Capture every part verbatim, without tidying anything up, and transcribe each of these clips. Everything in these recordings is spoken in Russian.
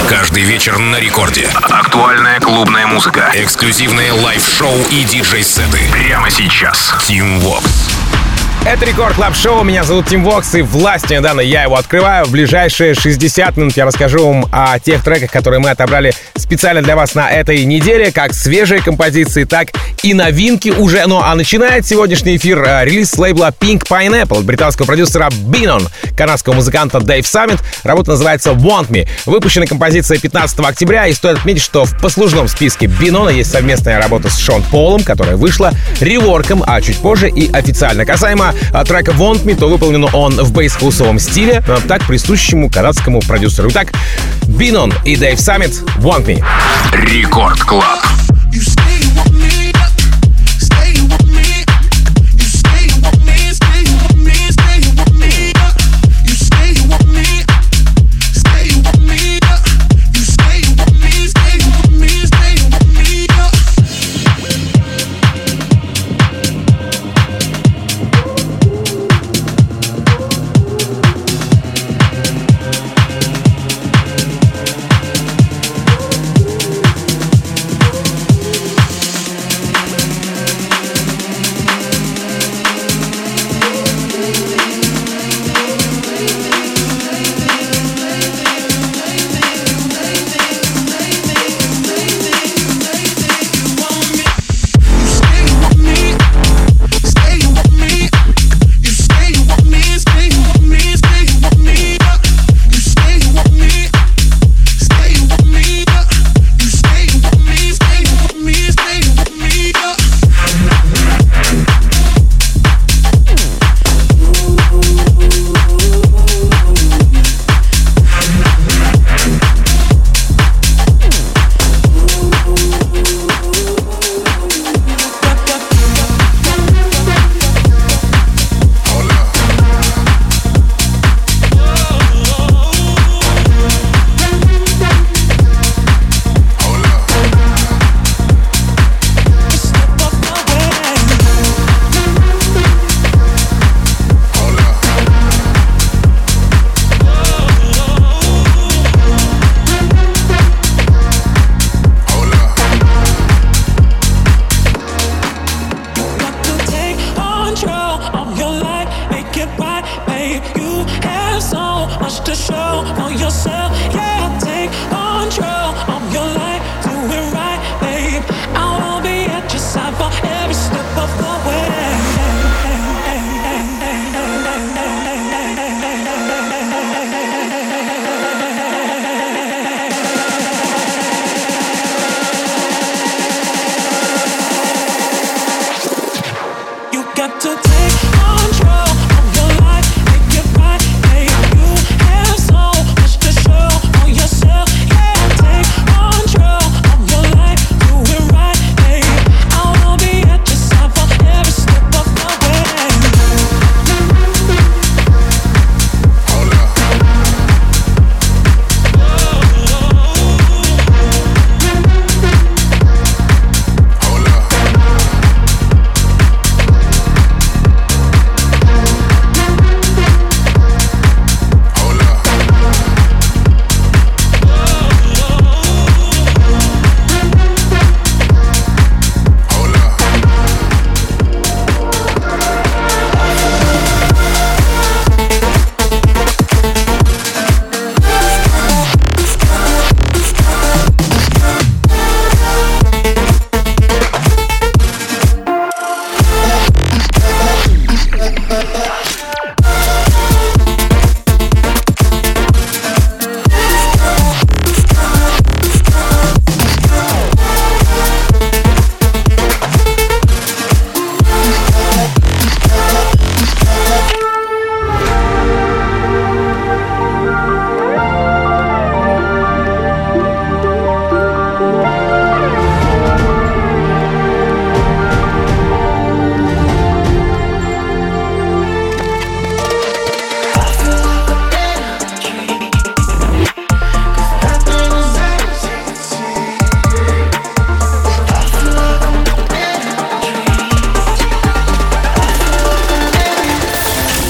Каждый вечер на рекорде. Актуальная клубная музыка. Эксклюзивные лайв-шоу и диджей-сеты. Прямо сейчас. Team Vox. Это Рекорд Клаб Шоу, меня зовут Тим Вокс, и властью недавно я его открываю. В ближайшие шестьдесят минут я расскажу вам о тех треках, которые мы отобрали специально для вас на этой неделе, как свежие композиции, так и новинки уже. Ну а начинает сегодняшний эфир а, релиз с лейбла Pink Pineapple от британского продюсера Binon, канадского музыканта Дэйв Саммит. Работа называется Want Me. Выпущена композиция пятнадцатого октября, и стоит отметить, что в послужном списке Бинона есть совместная работа с Шон Полом, которая вышла реворком, а чуть позже и официально. Касаемо трека Want Me, то выполнен он в бейс-хаусовом стиле, так присущему канадскому продюсеру. Итак, Binon и Дэйв Саммит, Want Me. Рекорд Клаб.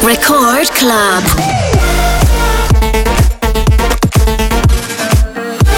Record Club.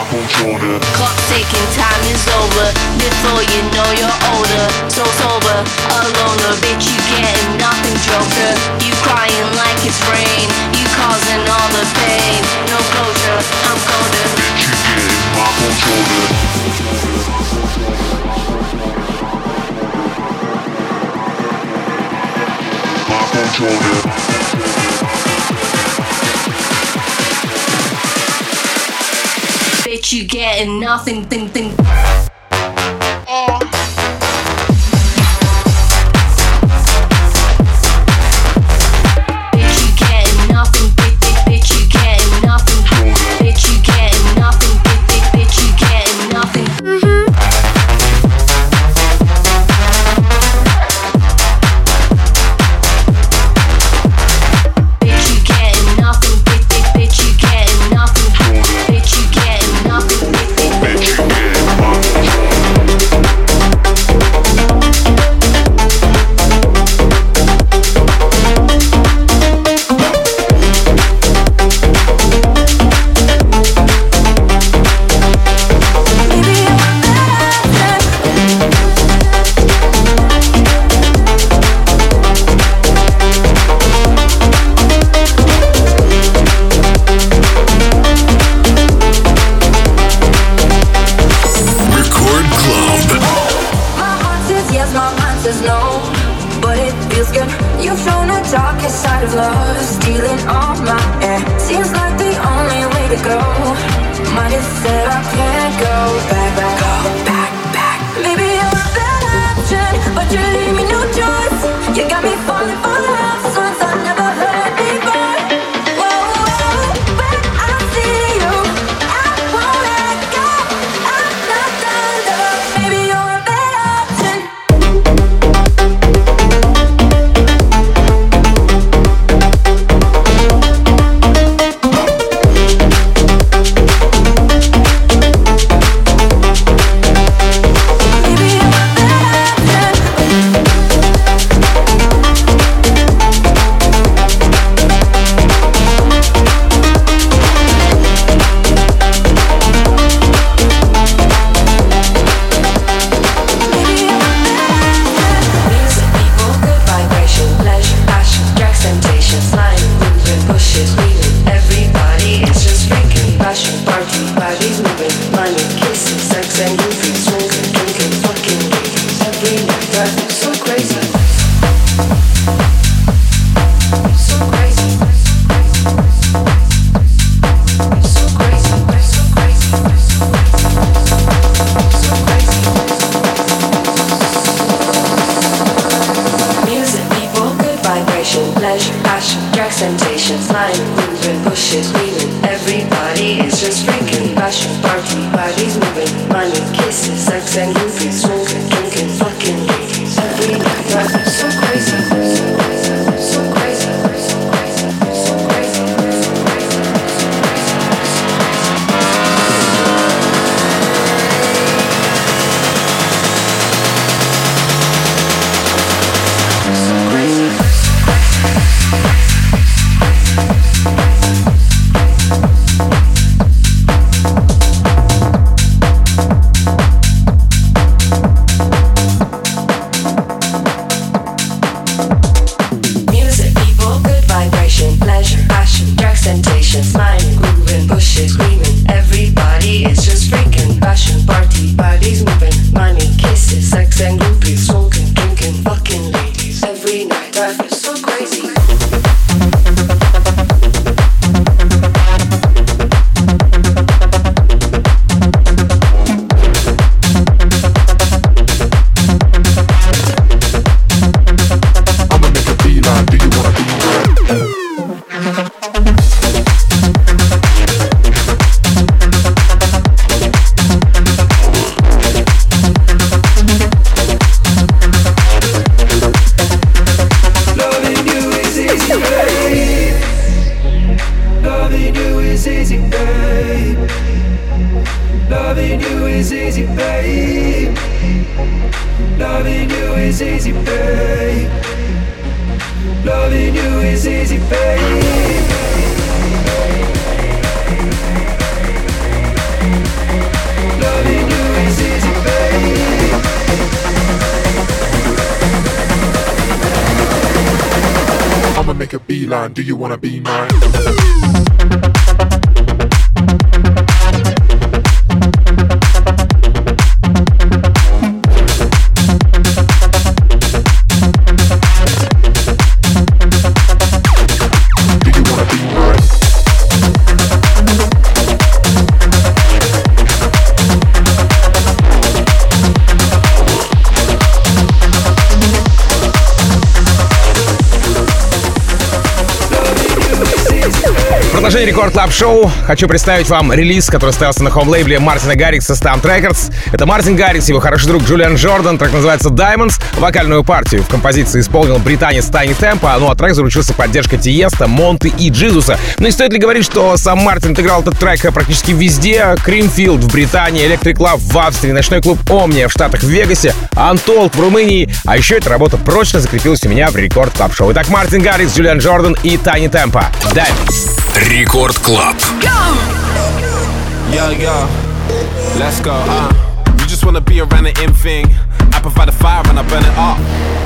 Clock ticking, time is over. Before you know you're older. So sober, a loner, bitch, you getting nothing, joker. You crying like it's rain. You causing all the pain. No closure, I'm colder. Bitch, you getting my controller. My controller. Bitch, you getting nothing, thing, thing. Oh. Bitch, you getting nothing, bitch, bitch, you getting nothing. Bitch, you getting nothing, bitch, bitch, you getting nothing. Mm-hmm. line, do you wanna be mine? Продолжение Рекорд Клаб Шоу. Хочу представить вам релиз, который состоялся на хоум-лейбле Мартина Гаррикса Stamped Records. Это Мартин Гаррикс, его хороший друг Джулиан Джордан, трек называется Diamonds. Вокальную партию в композиции исполнил британец Тайни Темпо, ну а трек заручился поддержкой Тиеста, Монты и Джизуса. Ну и стоит ли говорить, что сам Мартин отыграл этот трек практически везде? Creamfield в Британии, Electric Club в Австрии, ночной клуб Omnia в Штатах в Вегасе, Untold в Румынии. А еще эта работа прочно закрепилась у меня в Рекорд Клаб Шоу. Итак, Мартин Гаррикс, Джулиан Джордан и Тайни Темпо. Diamonds. Рекорд Клаб. Yo, yo, let's go, uh You just wanna be around the in thing. I provide the fire and I burn it up.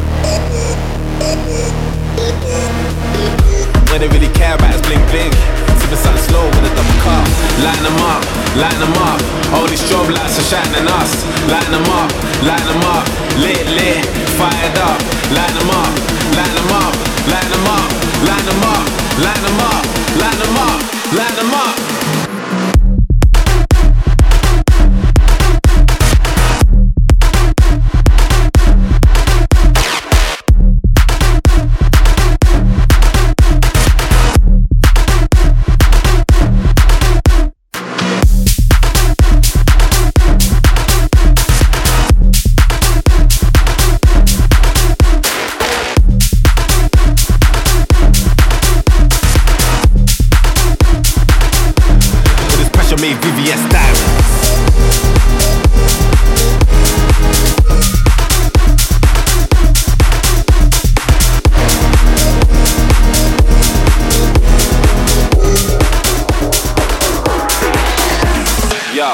What they really care about is bling bling. Sipping something slow with a double cup. Lighten them up, lighten them up. All these strobe lights are shining us. Lighten them up, lighten them up. Lit, lit, fired up. Lighten them up, lighten them up. Lighten them up, lighten them up. Lighten them up, lighten them up, lighten them up. Me V V S style. Yo.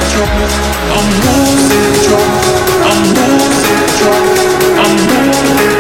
I'm losing control. I'm losing control. I'm losing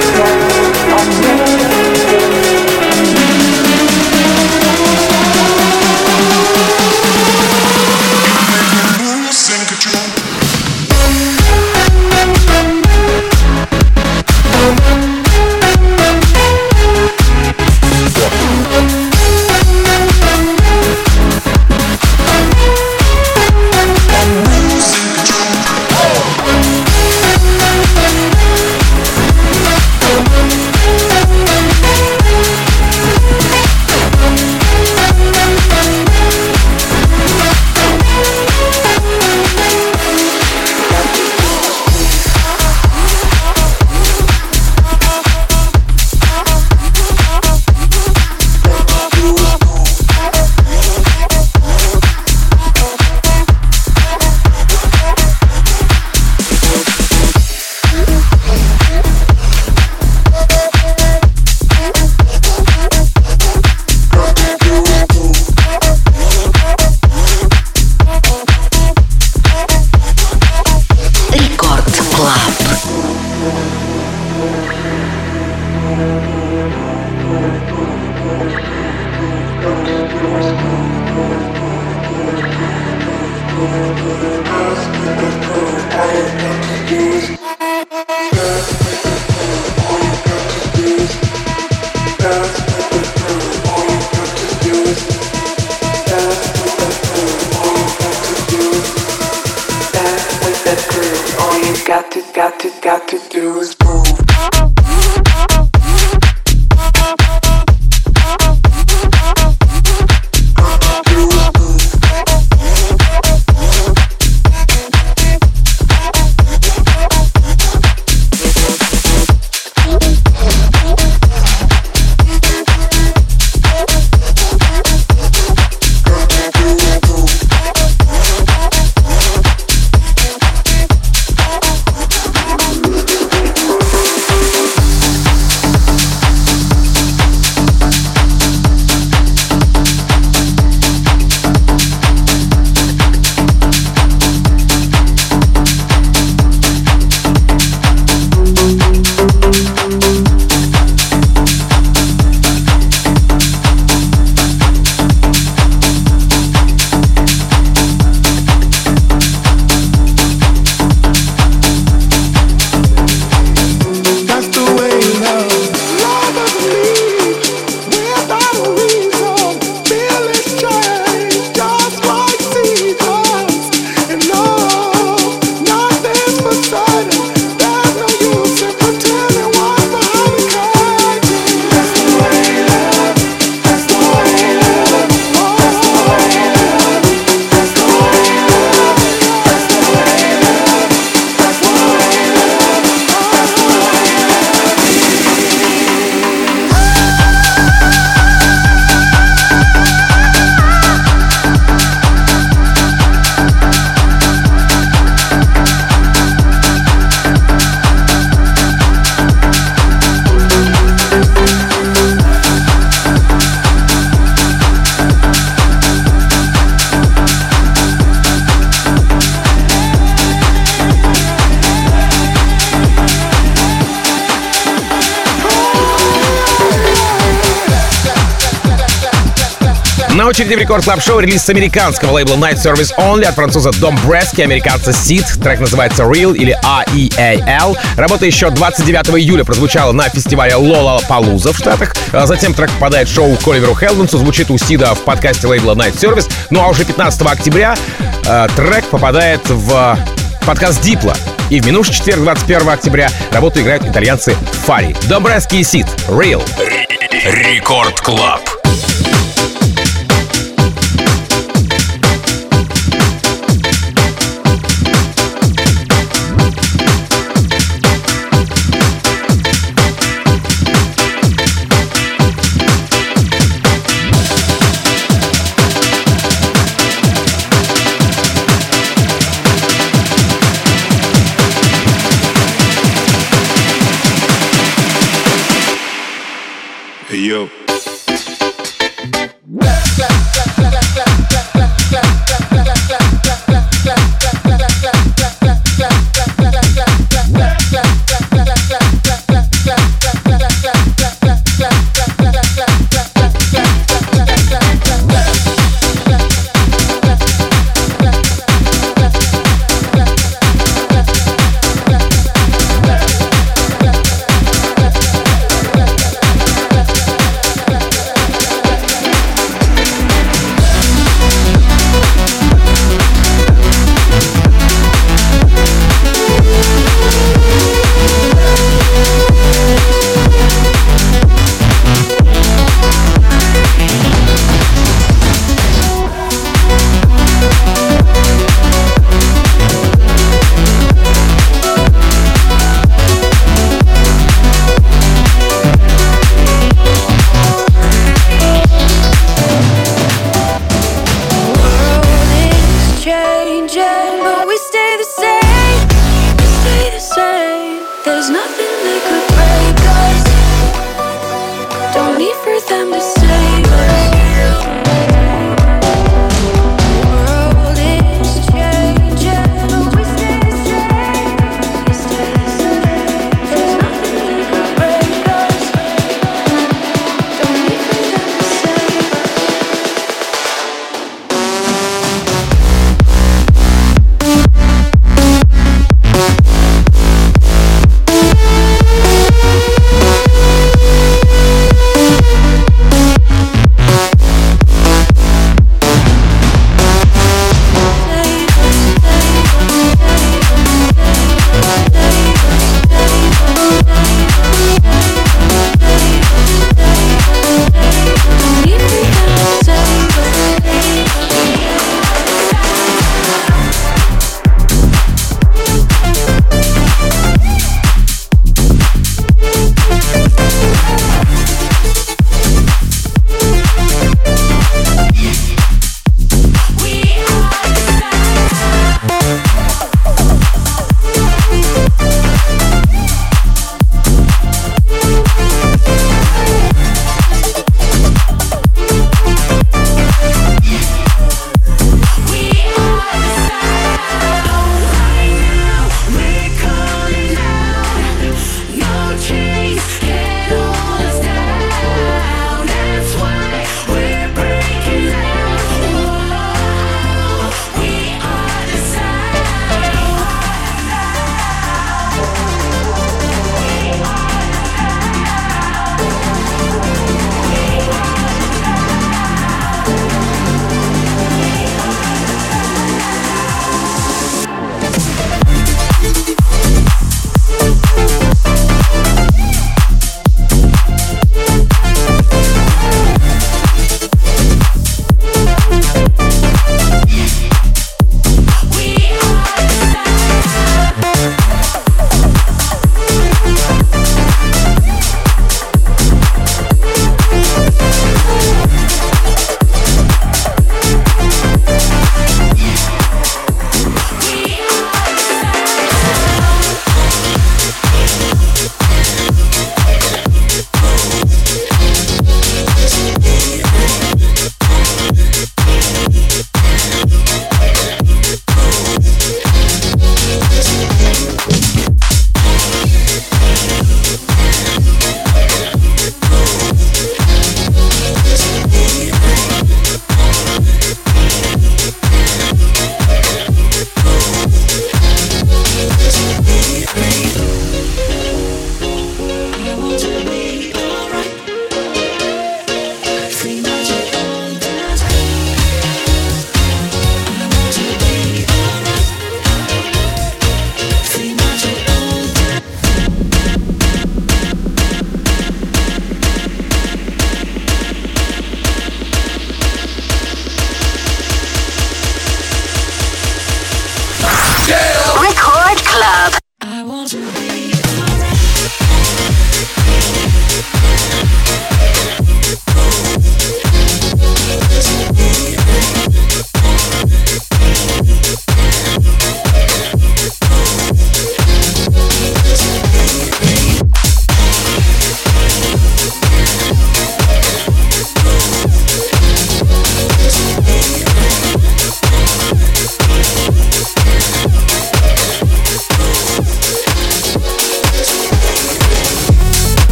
got to, got to do is move. На очереди в Рекорд Клаб Шоу релиз с американского лейбла Night Service Only от француза Dom Bresky, американца Seed. Трек называется Real или A E A L. Работа еще двадцать девятого июля прозвучала на фестивале Lollapalooza в Штатах. А затем трек попадает в шоу к Оливеру Хелденсу, звучит у Сида в подкасте лейбла Night Service. Ну а уже пятнадцатого октября э, трек попадает в подкаст Diplo. И в минувший четверг, двадцать первого октября, работу играют итальянцы Фари. Dom Bresky и Seed. Real. Рекорд Клаб. Yo.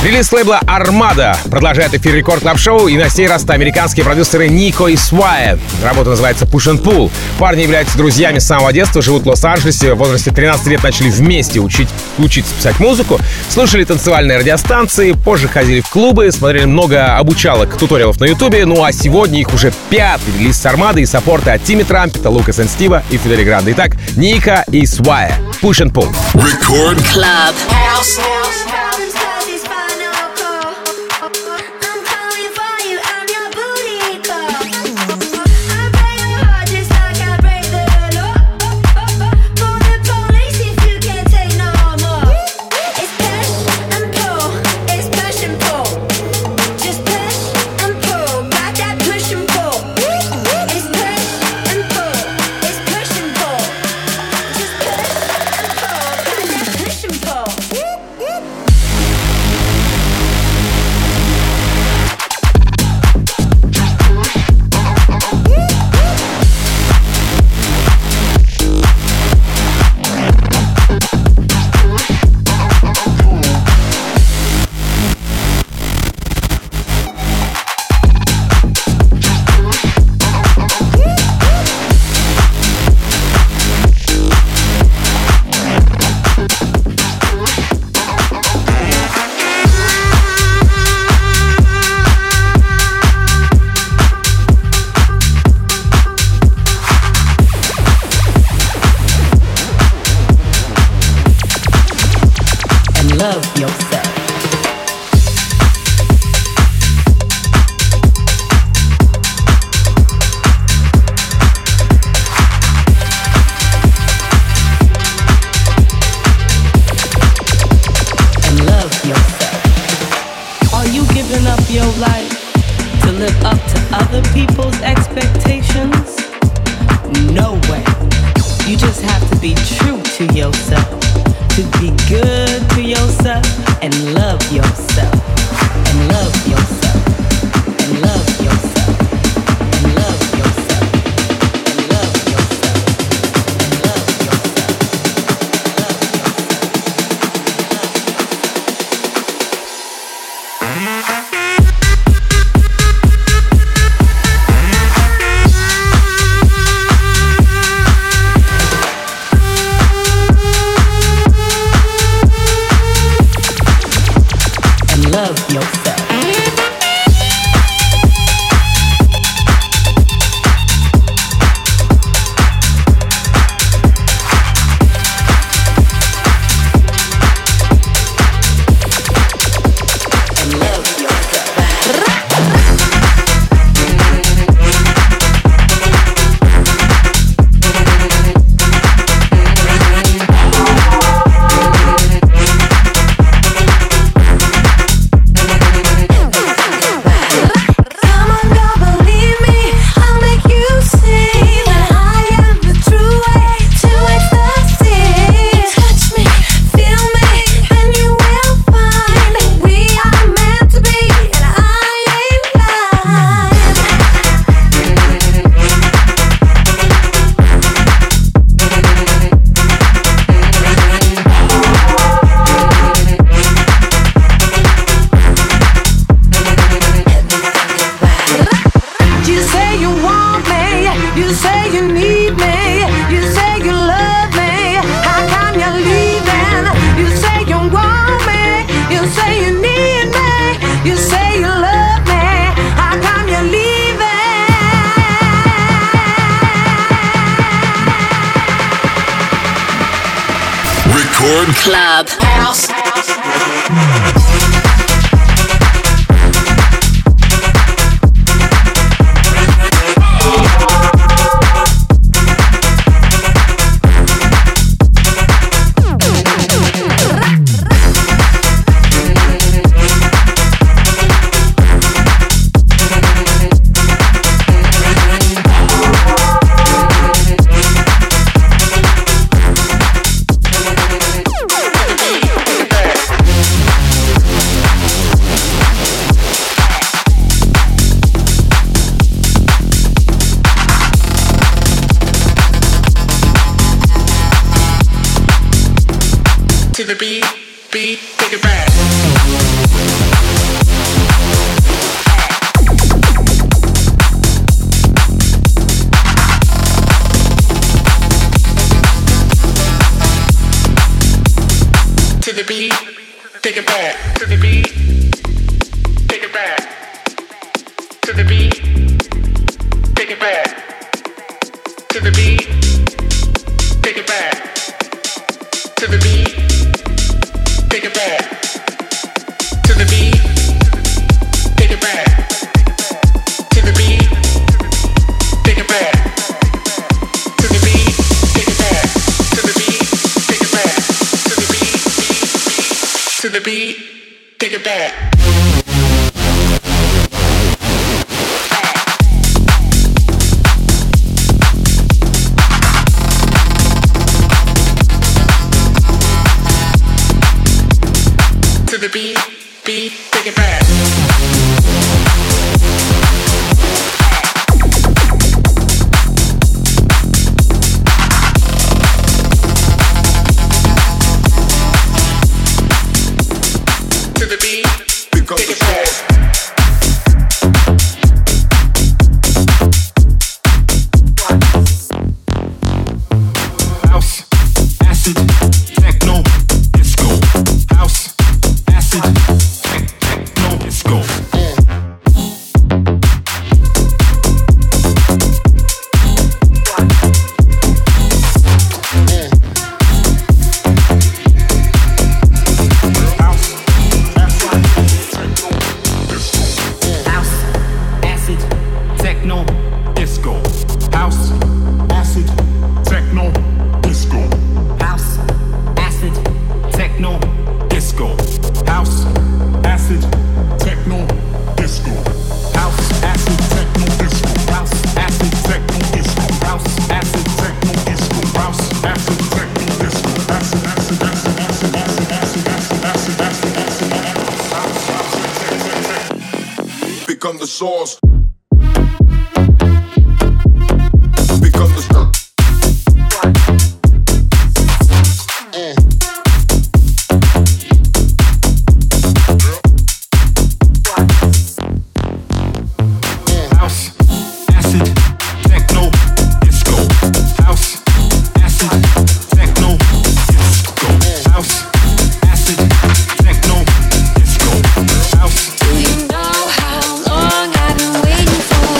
Релиз лейбла Armada продолжает эфир Рекорд Клаб Шоу, и на сей раз американские продюсеры Нико и Свая. Работа называется Push and Pull. Парни являются друзьями с самого детства, живут в Лос-Анджелесе, в возрасте тринадцати лет начали вместе учить, учиться писать музыку, слушали танцевальные радиостанции, позже ходили в клубы, смотрели много обучалок, туториалов на ютубе, ну а сегодня их уже пятый релиз с Armada и саппорты от Тимми Трампета, Лукаса энд Стива и Фидели Гранде. Итак, Ника и Свая. Push and Pull. Record Club. Club. House. To the beat, beat, take it back. the beat, take it back. To the beat, take it back. To the beat, take it back. To the beat, take it back. To the beat, take it back. To the beat, take it back. To the beat, take it back. To the beat, take it back. To the beat, take it back. To the beat, to the beat, take it back. To the beat, beat, take it back. To the beat, take it back. House, acid, techno, disco. House, acid, techno, disco. Become the source. Become the stuff. House, acid, techno, disco. House, acid, techno, disco. House, acid, techno, disco. House. Do you know how long I've been waiting for?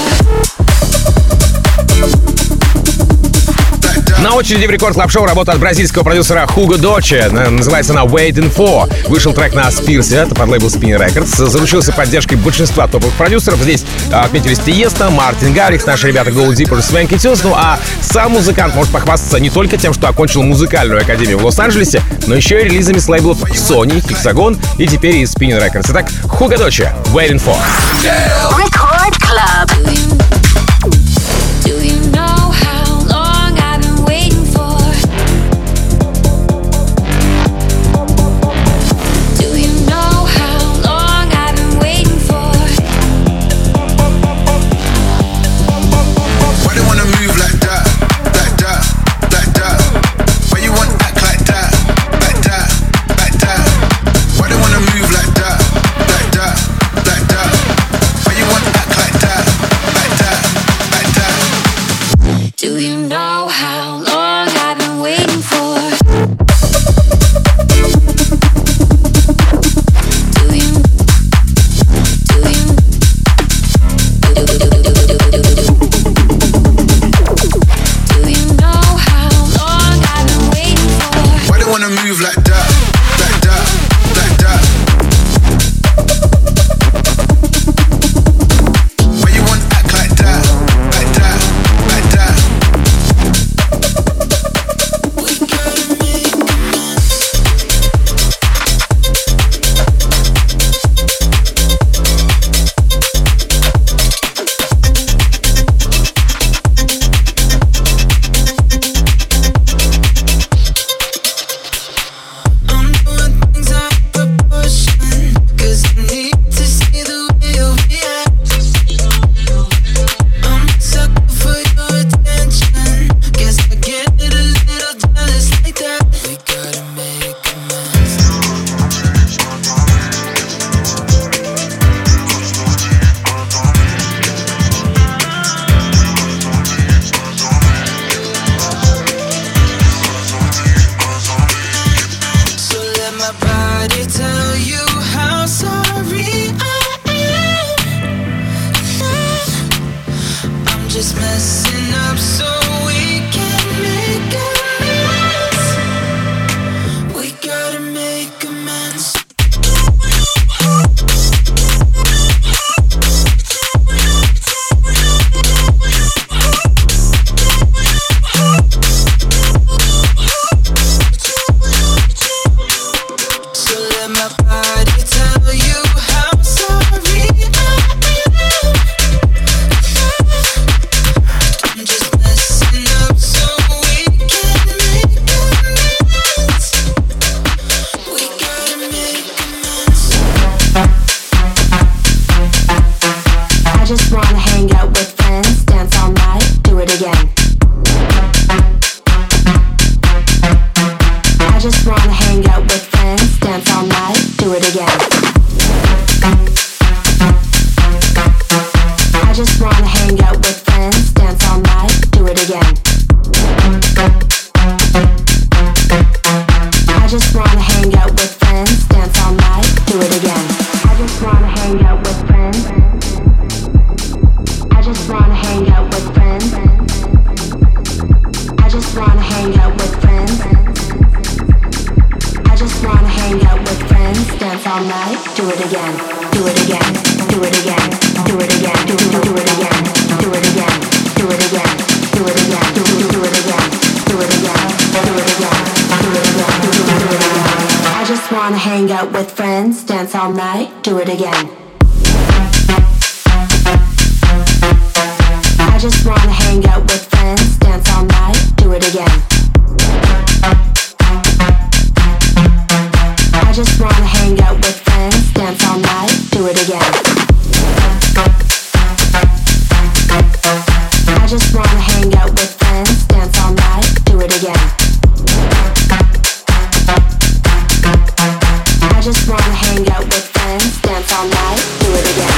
На очереди в Рекорд Клаб Шоу работа от бразильского продюсера Хуго Доче. Называется она Waiting For. Вышел трек на Спирсе, это под лейбл Spinning Records. Заручился поддержкой большинства топовых продюсеров. Здесь а, отметились Тиеста, Мартин Гаррикс, наши ребята Go Deeper, Свенки Тюнс. Ну а сам музыкант может похвастаться не только тем, что окончил музыкальную академию в Лос-Анджелесе, но еще и релизами с лейблов Sony, Hexagon и теперь и Spinning Records. Итак, Хуго Доче, Waiting For. Record Club. Do you know how long I've been waiting for? Do you know how long I've been waiting for? Why they wanna move like that, like that, like that? Why you wanna act like that, like that, like that? Why they wanna move like that, like that, like that? Why you wanna my body tell you how sorry I am. Yeah. I'm just messing up so we can make amends. We gotta make amends. All night, do it again. I just wanna hang out with friends, dance all night, do it again. I just wanna hang out with friends, dance all night, do it again. I just wanna hang out with friends, dance all night, do it again. I just wanna hang out with friends, dance all night, do it again.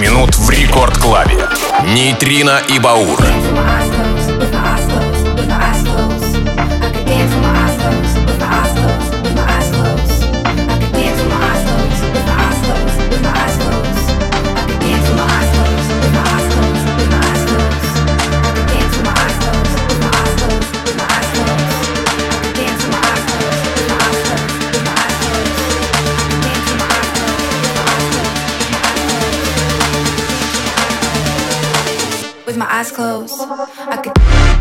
минут в Рекорд-клабе. Нейтрино и Баур. With my eyes closed, I could.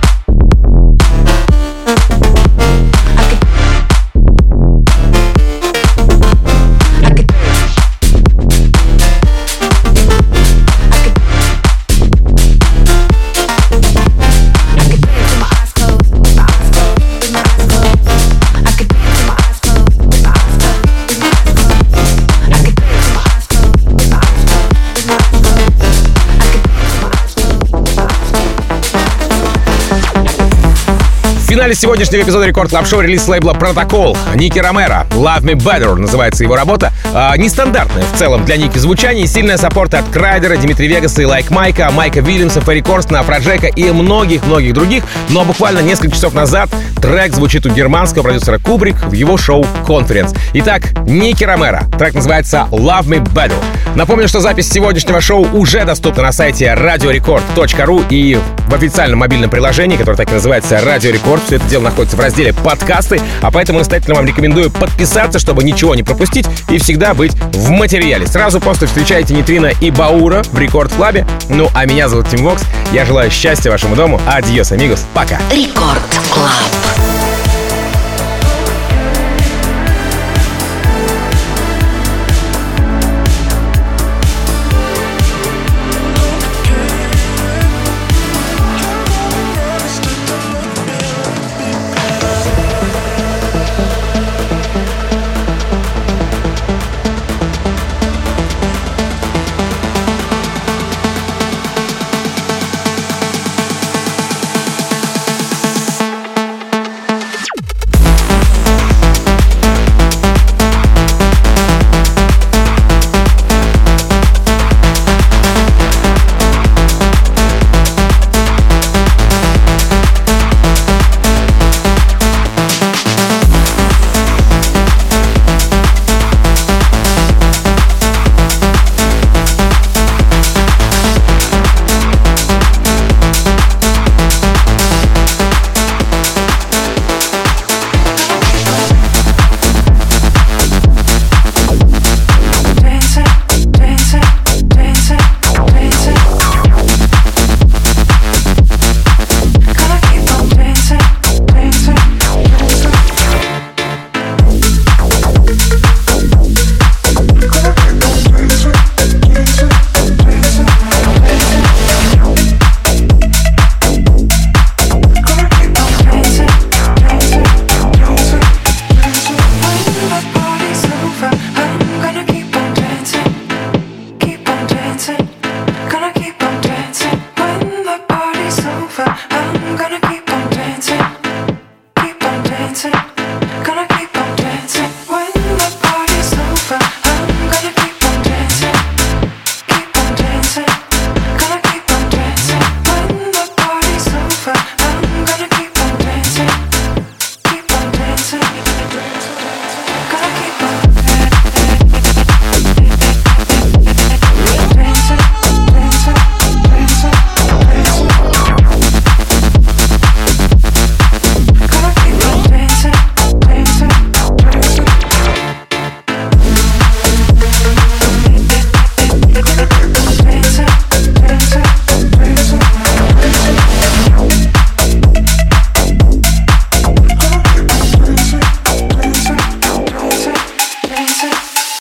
В финале сегодняшнего эпизода Рекорд Клаб Шоу релиз лейбла Протокол. Ники Ромеро, Love Me Better называется его работа. А, нестандартная в целом для Ники звучание, сильная саппорт от Крайдера, Димитри Вегаса и Лайк Майка, Майка Вильямса, Ферри Корстена, Афроджека и многих-многих других. Но буквально несколько часов назад трек звучит у германского продюсера Кубрик в его шоу «Конференс». Итак, Ники Ромеро. Трек называется Love Me Better. Напомню, что запись сегодняшнего шоу уже доступна на сайте радио рекорд точка ру и в официальном мобильном приложении, которое так и называется «Радио Рекорд». Все это дело находится в разделе «Подкасты», а поэтому настоятельно вам рекомендую подписаться, чтобы ничего не пропустить и всегда быть в материале. Сразу после встречайте Нейтрино и Баура в Рекорд-клабе. Ну, а меня зовут Тим Вокс. Я желаю счастья вашему дому. Адьос, амигос. Пока. Рекорд Клаб.